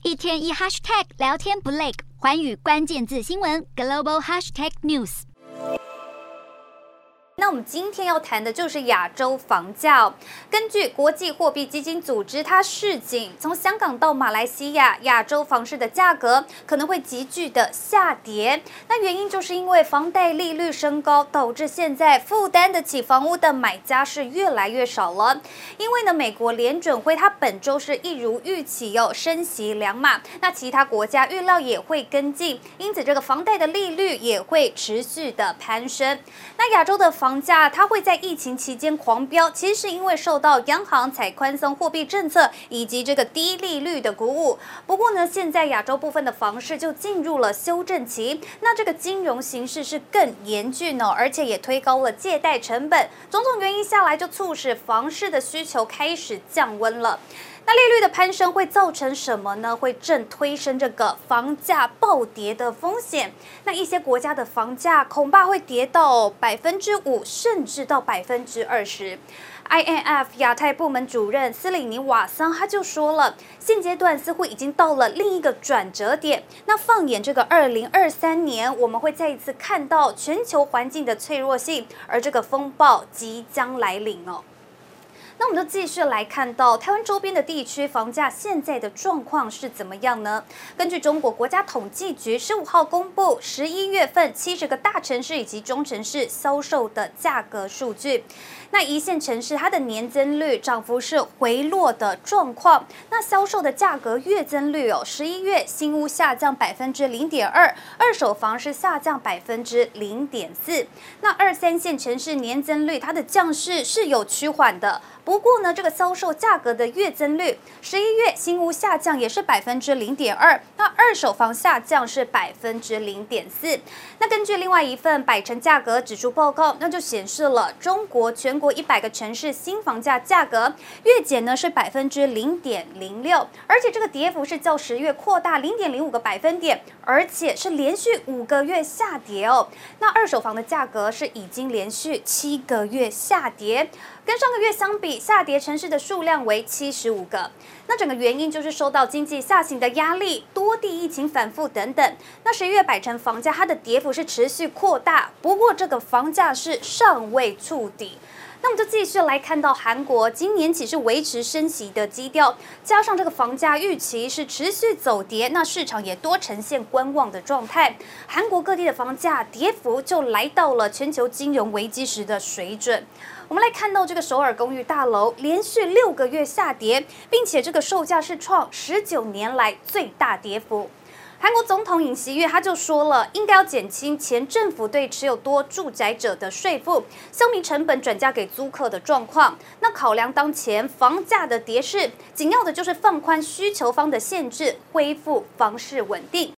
一天一 hashtag 聊天不累，寰宇关键字新闻 global hashtag news。 那我们今天要谈的就是亚洲房价哦。根据国际货币基金组织，它示警，从香港到马来西亚，亚洲房市的价格可能会急剧的下跌。那原因就是因为房贷利率升高，导致现在负担得起房屋的买家是越来越少了。因为呢，美国联准会它本周是一如预期升息2码，那其他国家预料也会跟进，因此这个房贷的利率也会持续的攀升。那亚洲的房价它会在疫情期间狂飙，其实是因为受到央行采宽松货币政策以及这个低利率的鼓舞。不过呢，现在亚洲部分的房市就进入了修正期，那这个金融形势是更严峻而且也推高了借贷成本，种种原因下来就促使房市的需求开始降温了。那利率的攀升会造成什么呢？会正推升这个房价暴跌的风险。那一些国家的房价恐怕会跌到5%，甚至到20%。IMF 亚太部门主任斯里尼瓦桑他就说了，现阶段似乎已经到了另一个转折点。那放眼这个2023年，我们会再一次看到全球环境的脆弱性，而这个风暴即将来临哦。那我们就继续来看到台湾周边的地区房价现在的状况是怎么样呢？根据中国国家统计局15号公布11月份70个大城市以及中城市销售的价格数据。那一线城市它的年增率涨幅是回落的状况，那销售的价格月增率11月新屋下降0.2%，二手房是下降0.4%。那2、3线城市年增率它的降势是有趋缓的。不过呢，这个销售价格的月增率，11月新屋下降也是0.2%，那二手房下降是0.4%。那根据另外一份百城价格指数报告，那就显示了中国全国100个城市新房价价格月减呢是0.06%，而且这个跌幅是较10月扩大0.05个百分点，而且是连续5个月下跌哦。那二手房的价格是已经连续7个月下跌。跟上个月相比，下跌城市的数量为75个。那整个原因就是受到经济下行的压力、多地疫情反复等等。那11月百城房价它的跌幅是持续扩大，不过这个房价是尚未触底。那我们就继续来看到韩国今年起是维持升息的基调，加上这个房价预期是持续走跌，那市场也多呈现观望的状态。韩国各地的房价跌幅就来到了全球金融危机时的水准。我们来看到这个首尔公寓大楼连续6个月下跌，并且这个售价是创19年来最大跌幅。韩国总统尹锡悦他就说了，应该要减轻前政府对持有多住宅者的税负，消弭成本转嫁给租客的状况。那考量当前房价的跌势，紧要的就是放宽需求方的限制，恢复房市稳定。